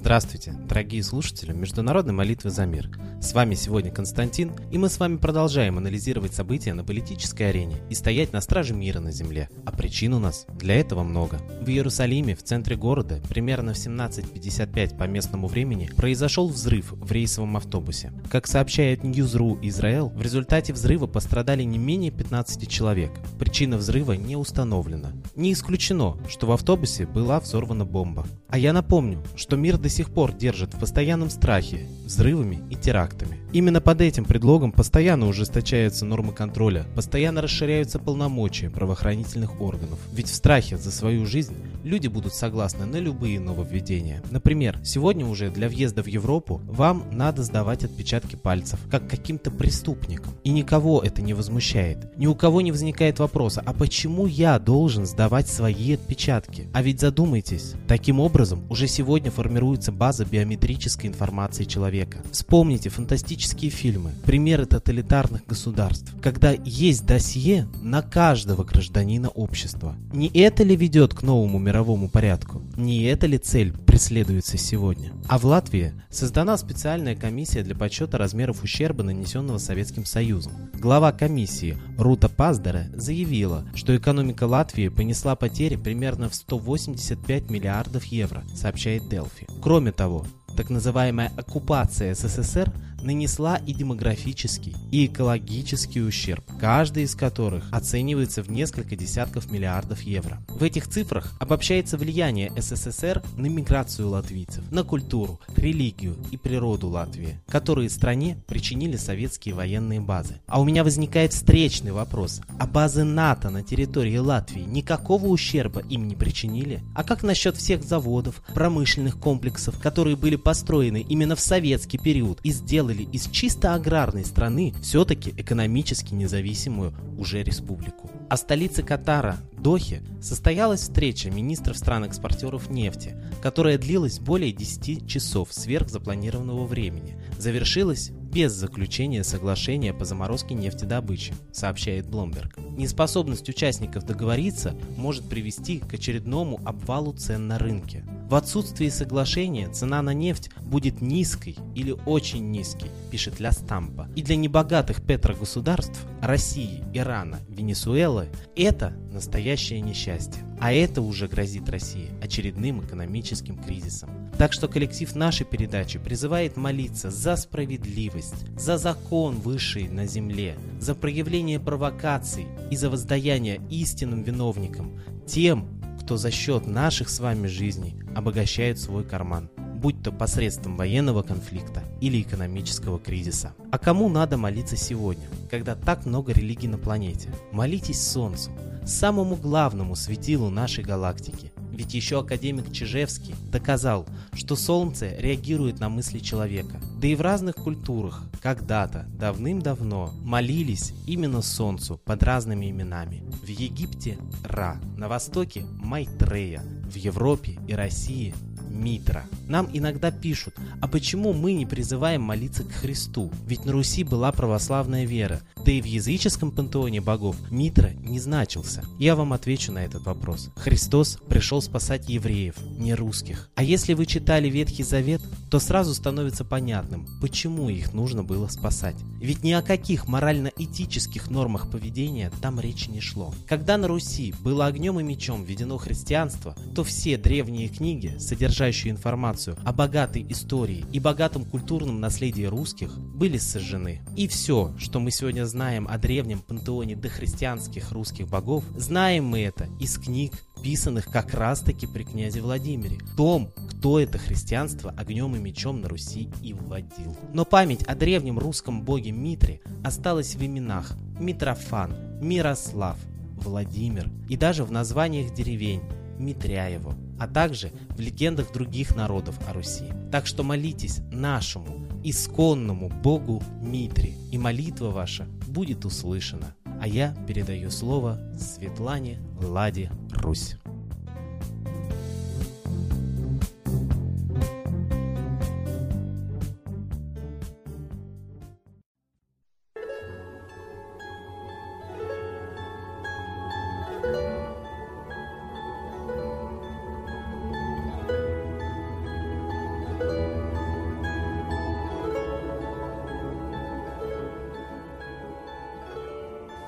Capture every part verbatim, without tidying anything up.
Здравствуйте, дорогие слушатели Международной молитвы за мир. С вами сегодня Константин, и мы с вами продолжаем анализировать события на политической арене и стоять на страже мира на земле. А причин у нас для этого много. В Иерусалиме, в центре города, примерно в семнадцать пятьдесят пять по местному времени, произошел взрыв в рейсовом автобусе. Как сообщает News.ru Израиль, в результате взрыва пострадали не менее пятнадцати человек. Причина взрыва не установлена. Не исключено, что в автобусе была взорвана бомба. А я напомню, что мир до сих пор держит в постоянном страхе взрывами и терактами. Именно под этим предлогом постоянно ужесточаются нормы контроля, постоянно расширяются полномочия правоохранительных органов. Ведь в страхе за свою жизнь люди будут согласны на любые нововведения. Например, сегодня уже для въезда в Европу вам надо сдавать отпечатки пальцев, как каким-то преступникам. И никого это не возмущает. Ни у кого не возникает вопроса, а почему я должен сдавать свои отпечатки? А ведь задумайтесь, таким образом уже сегодня формируется база биометрической информации человека. Вспомните фантастические фильмы, примеры тоталитарных государств, когда есть досье на каждого гражданина общества. Не это ли ведет к новому мировому порядку? Не эта ли цель преследуется сегодня? А в Латвии создана специальная комиссия для подсчета размеров ущерба, нанесенного Советским Союзом. Глава комиссии Рута Паздере заявила, что экономика Латвии понесла потери примерно в сто восемьдесят пять миллиардов евро, сообщает Делфи. Кроме того, так называемая оккупация СССР нанесла и демографический, и экологический ущерб, каждый из которых оценивается в несколько десятков миллиардов евро. В этих цифрах обобщается влияние СССР на миграцию латвийцев, на культуру, религию и природу Латвии, которые стране причинили советские военные базы. А у меня возникает встречный вопрос. А базы НАТО на территории Латвии никакого ущерба им не причинили? А как насчет всех заводов, промышленных комплексов, которые были построены именно в советский период и сделали из чисто аграрной страны все-таки экономически независимую уже республику? А в столице Катара, Дохе, состоялась встреча министров стран-экспортеров нефти, которая длилась более десяти часов сверх запланированного времени. Завершилась без заключения соглашения по заморозке нефтедобычи, сообщает Bloomberg. Неспособность участников договориться может привести к очередному обвалу цен на рынке. В отсутствии соглашения цена на нефть будет низкой или очень низкой, пишет Ля Стампа. И для небогатых петрогосударств России, Ирана, Венесуэлы это настоящее несчастье. А это уже грозит России очередным экономическим кризисом. Так что коллектив нашей передачи призывает молиться за справедливость, за закон высший на земле, за проявление провокаций и за воздаяние истинным виновникам, тем, кто за счет наших с вами жизней обогащает свой карман, будь то посредством военного конфликта или экономического кризиса. А кому надо молиться сегодня, когда так много религий на планете? Молитесь Солнцу, самому главному светилу нашей галактики. Ведь еще академик Чижевский доказал, что Солнце реагирует на мысли человека. Да и в разных культурах когда-то, давным-давно, молились именно Солнцу под разными именами. В Египте – Ра, на Востоке – Майтрея, в Европе и России – Митра. Нам иногда пишут, а почему мы не призываем молиться к Христу? Ведь на Руси была православная вера, да и в языческом пантеоне богов Митра не значился. Я вам отвечу на этот вопрос. Христос пришел спасать евреев, не русских. А если вы читали Ветхий Завет, то сразу становится понятным, почему их нужно было спасать. Ведь ни о каких морально-этических нормах поведения там речи не шло. Когда на Руси было огнем и мечом введено христианство, то все древние книги, содержащие информацию о богатой истории и богатом культурном наследии русских, были сожжены. И все, что мы сегодня знаем о древнем пантеоне дохристианских русских богов, знаем мы это из книг, писанных как раз-таки при князе Владимире, том, кто это христианство огнем и мечом на Руси и вводил. Но память о древнем русском боге Митре осталась в именах Митрофан, Мирослав, Владимир и даже в названиях деревень Митряево, а также в легендах других народов о Руси. Так что молитесь нашему исконному богу Митре, и молитва ваша будет услышана. А я передаю слово Светлане Ладе Русь.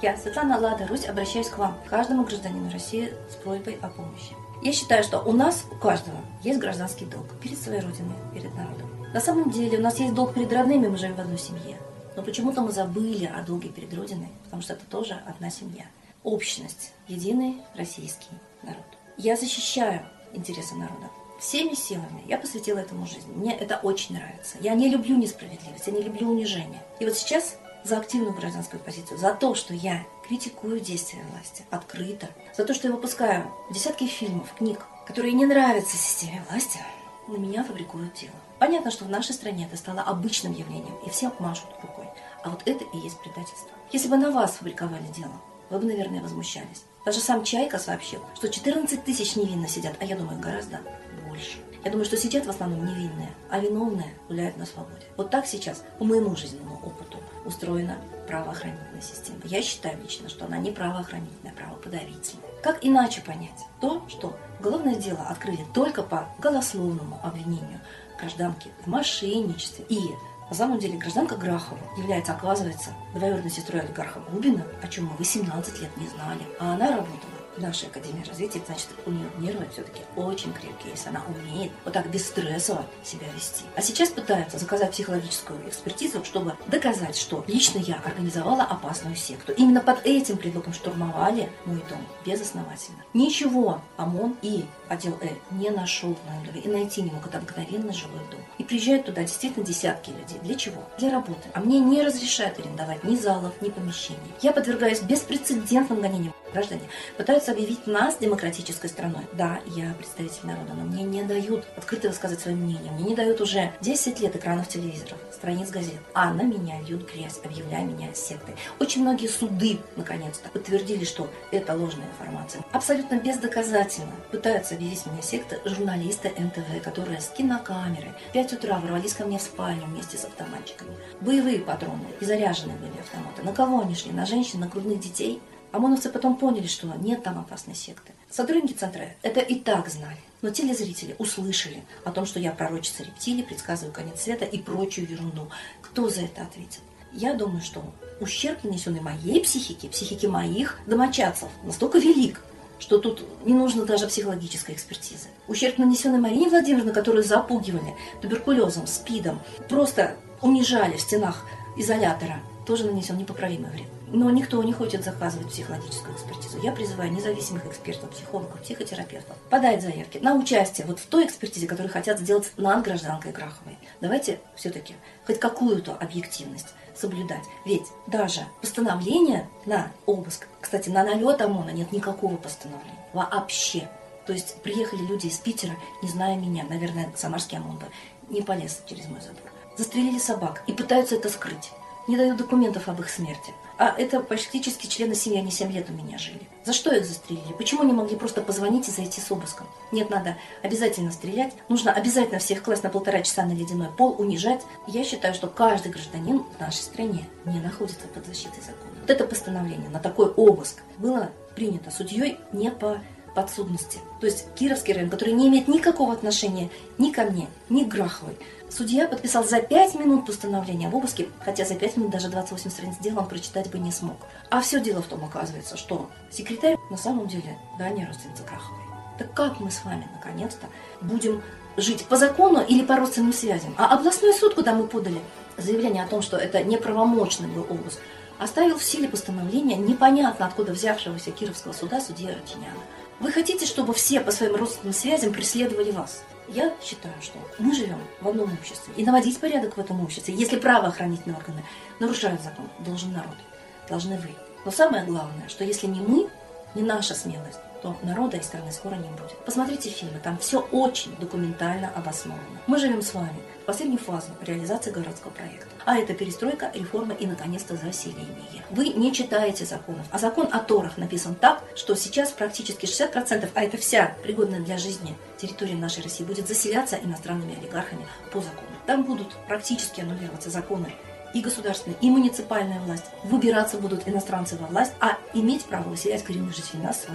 Я, Светлана Лада Русь, обращаюсь к вам, каждому гражданину России с просьбой о помощи. Я считаю, что у нас, у каждого, есть гражданский долг перед своей родиной, перед народом. На самом деле у нас есть долг перед родными, мы живем в одной семье. Но почему-то мы забыли о долге перед родиной, потому что это тоже одна семья. Общность, единый российский народ. Я защищаю интересы народа. Всеми силами я посвятила этому жизнь. Мне это очень нравится. Я не люблю несправедливость, я не люблю унижение. И вот сейчас за активную гражданскую позицию, за то, что я критикую действия власти открыто, за то, что я выпускаю десятки фильмов, книг, которые не нравятся системе власти, на меня фабрикуют дело. Понятно, что в нашей стране это стало обычным явлением, и все машут рукой. А вот это и есть предательство. Если бы на вас фабриковали дело, вы бы, наверное, возмущались. Даже сам Чайка сообщил, что четырнадцать тысяч невинно сидят, а я думаю, гораздо больше. Я думаю, что сидят в основном невинные, а виновные гуляют на свободе. Вот так сейчас, по моему жизненному опыту, устроена правоохранительная система. Я считаю лично, что она не правоохранительная, а правоподавительная. Как иначе понять то, что уголовное дело открыли только по голословному обвинению гражданки в мошенничестве, и на самом деле гражданка Грахова является, оказывается, двоюродной сестрой олигарха Губина, о чем мы восемнадцать лет не знали, а она работала в нашей академии развития, значит, у нее нервы все-таки очень крепкие, если она умеет вот так бесстрессово себя вести. А сейчас пытаются заказать психологическую экспертизу, чтобы доказать, что лично я организовала опасную секту. Именно под этим предлогом штурмовали мой дом безосновательно. Ничего ОМОН и отдел Э не нашел в моем доме и найти не мог. Это обыкновенно жилой дом. И приезжают туда действительно десятки людей. Для чего? Для работы. А мне не разрешают арендовать ни залов, ни помещений. Я подвергаюсь беспрецедентным гонениям. Граждане пытаются объявить нас демократической страной. Да, я представитель народа, но мне не дают открыто высказать свое мнение. Мне не дают уже десять лет экранов телевизоров, страниц газет. А на меня льют грязь, объявляя меня сектой. Очень многие суды, наконец-то, подтвердили, что это ложная информация. Абсолютно бездоказательно пытаются объявить меня сектой журналисты эн тэ вэ, которые с кинокамерой в пять утра ворвались ко мне в спальню вместе с автоматчиками. Боевые патроны и заряженные были автоматы. На кого они шли? На женщин, на грудных детей? ОМОНовцы потом поняли, что нет там опасной секты. Сотрудники центра это и так знали. Но телезрители услышали о том, что я пророчица рептилий, предсказываю конец света и прочую ерунду. Кто за это ответит? Я думаю, что ущерб, нанесенный моей психике, психике моих домочадцев, настолько велик, что тут не нужно даже психологической экспертизы. Ущерб, нанесенный Марине Владимировне, которую запугивали туберкулезом, СПИДом, просто унижали в стенах изолятора, тоже нанесен непоправимый вред. Но никто не хочет заказывать психологическую экспертизу. Я призываю независимых экспертов, психологов, психотерапевтов подать заявки на участие вот в той экспертизе, которую хотят сделать над гражданкой Граховой. Давайте все-таки хоть какую-то объективность соблюдать. Ведь даже постановление на обыск, кстати, на налет ОМОНа нет никакого постановления. Вообще. То есть приехали люди из Питера, не зная меня, наверное, самарский ОМОН бы не полез через мой забор. Застрелили собак и пытаются это скрыть. Не дают документов об их смерти. А это практически члены семьи, они семь лет у меня жили. За что их застрелили? Почему не могли просто позвонить и зайти с обыском? Нет, надо обязательно стрелять. Нужно обязательно всех класть на полтора часа на ледяной пол, унижать. Я считаю, что каждый гражданин в нашей стране не находится под защитой закона. Вот это постановление на такой обыск было принято судьей не по подсудности. То есть Кировский район, который не имеет никакого отношения ни ко мне, ни к Граховой. Судья подписал за пять минут постановление об обыске, хотя за пять минут даже двадцать восемь страниц дела он прочитать бы не смог. А все дело в том, оказывается, что секретарь на самом деле дальняя родственница Граховой. Так как мы с вами, наконец-то, будем жить по закону или по родственным связям? А областной суд, куда мы подали заявление о том, что это неправомочный был обыск, оставил в силе постановление непонятно откуда взявшегося Кировского суда судьи Арутюняна. Вы хотите, чтобы все по своим родственным связям преследовали вас? Я считаю, что мы живем в одном обществе. И наводить порядок в этом обществе, если правоохранительные органы нарушают закон, должен народ, должны вы. Но самое главное, что если не мы, не наша смелость, то народа и страны скоро не будет. Посмотрите фильмы, там все очень документально обосновано. Мы живем с вами в последнюю фазу реализации городского проекта. А это перестройка, реформа и, наконец-то, заселение. Вы не читаете законов. А закон о торах написан так, что сейчас практически шестьдесят процентов, а это вся пригодная для жизни территория нашей России, будет заселяться иностранными олигархами по закону. Там будут практически аннулироваться законы и государственная, и муниципальная власть. Выбираться будут иностранцы во власть, а иметь право выселять коренных жителей нас с вами.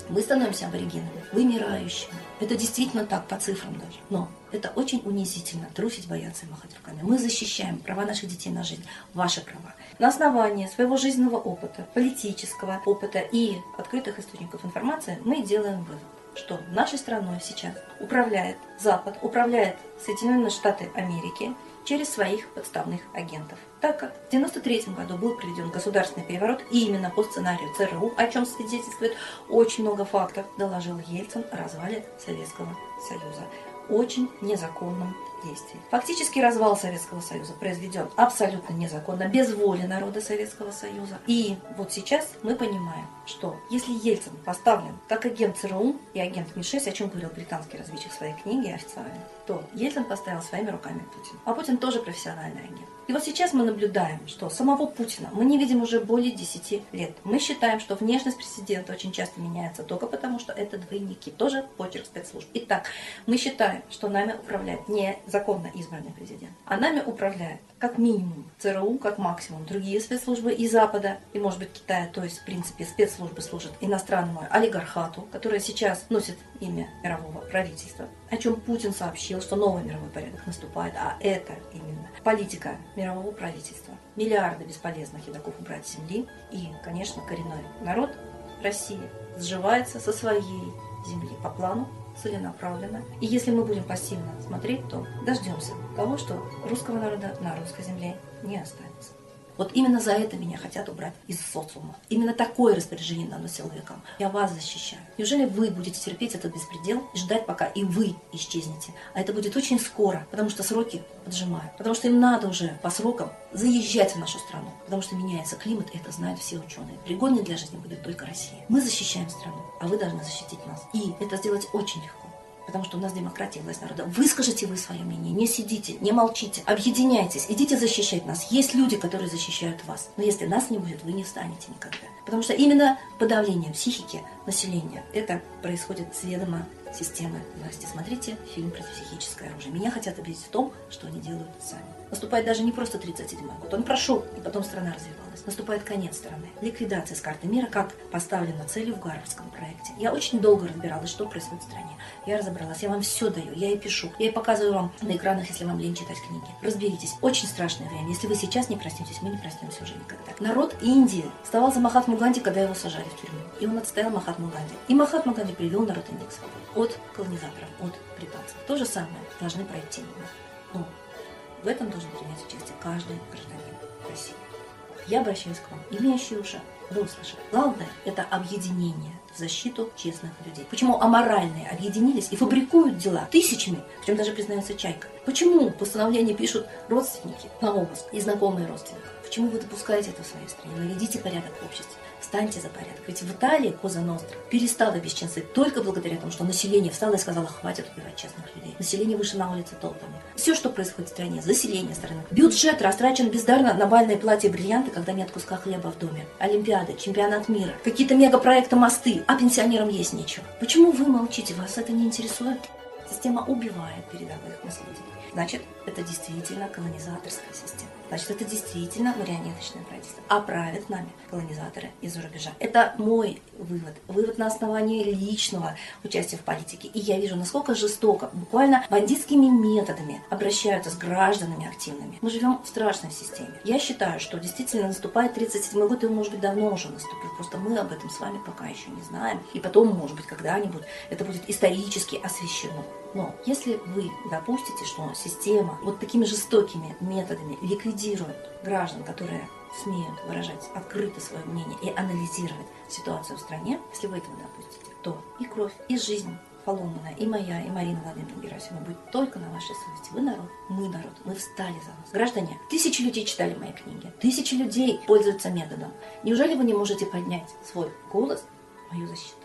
Мы становимся аборигенами, вымирающими. Это действительно так, по цифрам даже. Но это очень унизительно, трусить, бояться и махать руками. Мы защищаем права наших детей на жизнь, ваши права. На основании своего жизненного опыта, политического опыта и открытых источников информации мы делаем вывод, что нашей страной сейчас управляет Запад, управляет Соединенные Штаты Америки через своих подставных агентов. Так как в девяносто третьем году был проведен государственный переворот, и именно по сценарию ЦРУ, о чем свидетельствует очень много фактов, доложил Ельцин о развале Советского Союза. Очень незаконном действии. Фактически развал Советского Союза произведен абсолютно незаконно, без воли народа Советского Союза. И вот сейчас мы понимаем, что если Ельцин поставлен как агент ЦРУ и агент Ми шесть, о чем говорил британский разведчик в своей книге официально, то Ельцин поставил своими руками Путина. А Путин тоже профессиональный агент. И вот сейчас мы наблюдаем, что самого Путина мы не видим уже более десяти лет. Мы считаем, что внешность президента очень часто меняется только потому, что это двойники. Тоже почерк спецслужб. Итак, мы считаем, что нами управляет не законно избранный президент, а нами управляет как минимум ЦРУ, как максимум другие спецслужбы и Запада, и может быть Китая, то есть в принципе спецслужбы служат иностранному олигархату, которое сейчас носит имя мирового правительства, о чем Путин сообщил, что новый мировой порядок наступает, а это именно политика мирового правительства. Миллиарды бесполезных едоков убрать с земли, и, конечно, коренной народ России сживается со своей земли по плану, целенаправленно. И если мы будем пассивно смотреть, то дождемся того, что русского народа на русской земле не останется. Вот именно за это меня хотят убрать из социума. Именно такое распоряжение дано силовикам. Я вас защищаю. Неужели вы будете терпеть этот беспредел и ждать, пока и вы исчезнете? А это будет очень скоро, потому что сроки поджимают. Потому что им надо уже по срокам заезжать в нашу страну. Потому что меняется климат, и это знают все ученые. Пригодной для жизни будет только Россия. Мы защищаем страну, а вы должны защитить нас. И это сделать очень легко. Потому что у нас демократия, власть народа. Выскажите вы свое мнение, не сидите, не молчите, объединяйтесь, идите защищать нас. Есть люди, которые защищают вас. Но если нас не будет, вы не встанете никогда. Потому что именно подавление психики населения, это происходит с ведома системы власти. Смотрите фильм про психическое оружие. Меня хотят убедить в том, что они делают сами. Наступает даже не просто тридцать седьмой год. Он прошел, и потом страна развивалась. Наступает конец страны. Ликвидация с карты мира, как поставлена целью в Гарвардском проекте. Я очень долго разбиралась, что происходит в стране. Я разобралась, я вам все даю, я и пишу. Я и показываю вам на экранах, если вам лень читать книги. Разберитесь. Очень страшное время. Если вы сейчас не проснетесь, мы не проснемся уже никогда. Народ Индии вставал за Махатму Ганди, когда его сажали в тюрьму. И он отстоял Махатму Ганди. И Махатма Ганди привел народ Индии к свободе. От колонизаторов, от британцев. То же самое должны пройти мы. Но в этом должен принять участие каждый гражданин России. Я обращаюсь к вам, имеющие уши, вы услышали. Главное – это объединение в защиту честных людей. Почему аморальные объединились и фабрикуют дела тысячами, в чем даже признается Чайка? Почему постановление пишут родственники на обыск и знакомые родственников? Почему вы допускаете это в своей стране? Наведите порядок в обществе. Встаньте за порядок. Ведь в Италии Коза Ностра перестала бесчинствовать только благодаря тому, что население встало и сказало: хватит убивать честных людей. Население вышло на улицы толпами. Все, что происходит в стране, заселение страны. Бюджет растрачен бездарно на бальные платья и бриллианты, когда нет куска хлеба в доме. Олимпиады, чемпионат мира, какие-то мегапроекты, мосты, а пенсионерам есть нечего. Почему вы молчите? Вас это не интересует? Система убивает передовых наследий. Значит, это действительно колонизаторская система. Значит, это действительно марионеточное правительство. А правят нами колонизаторы из-за рубежа. Это мой вывод. Вывод на основании личного участия в политике. И я вижу, насколько жестоко, буквально бандитскими методами обращаются с гражданами активными. Мы живем в страшной системе. Я считаю, что действительно наступает тридцать седьмой год, и он, может быть, давно уже наступил. Просто мы об этом с вами пока еще не знаем. И потом, может быть, когда-нибудь это будет исторически освещено. Но если вы допустите, что система вот такими жестокими методами ликвидирует граждан, которые смеют выражать открыто свое мнение и анализировать ситуацию в стране, если вы этого допустите, то и кровь, и жизнь поломанная, и моя, и Марина Владимировна Герасимова будет только на вашей совести. Вы народ, мы народ, мы встали за вас. Граждане, тысячи людей читали мои книги, тысячи людей пользуются методом. Неужели вы не можете поднять свой голос в мою защиту?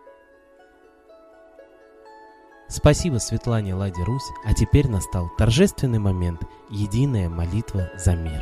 Спасибо Светлане Ладе Русь, а теперь настал торжественный момент – единая молитва за мир.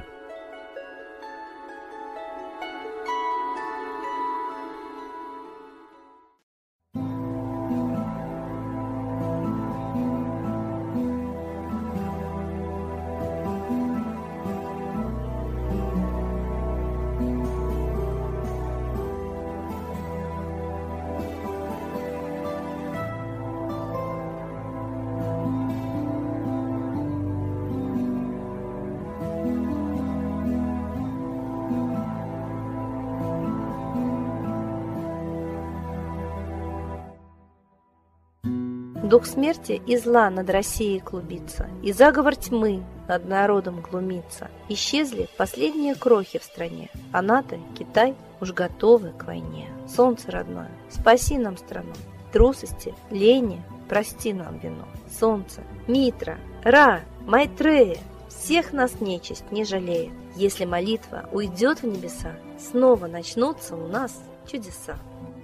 Дух смерти и зла над Россией клубится, и заговор тьмы над народом глумится. Исчезли последние крохи в стране, а НАТО, Китай уж готовы к войне. Солнце родное, спаси нам страну, трусости, лени, прости нам вину. Солнце, Митра, Ра, Майтрея, всех нас нечисть не жалеет. Если молитва уйдет в небеса, снова начнутся у нас чудеса.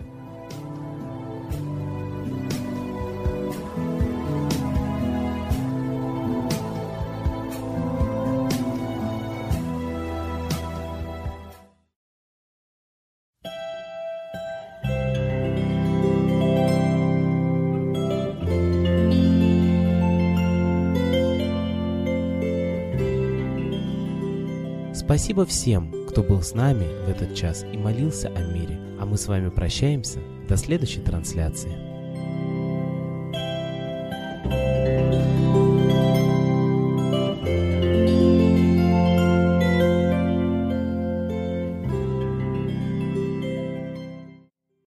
Спасибо всем, кто был с нами в этот час и молился о мире. А мы с вами прощаемся. До следующей трансляции.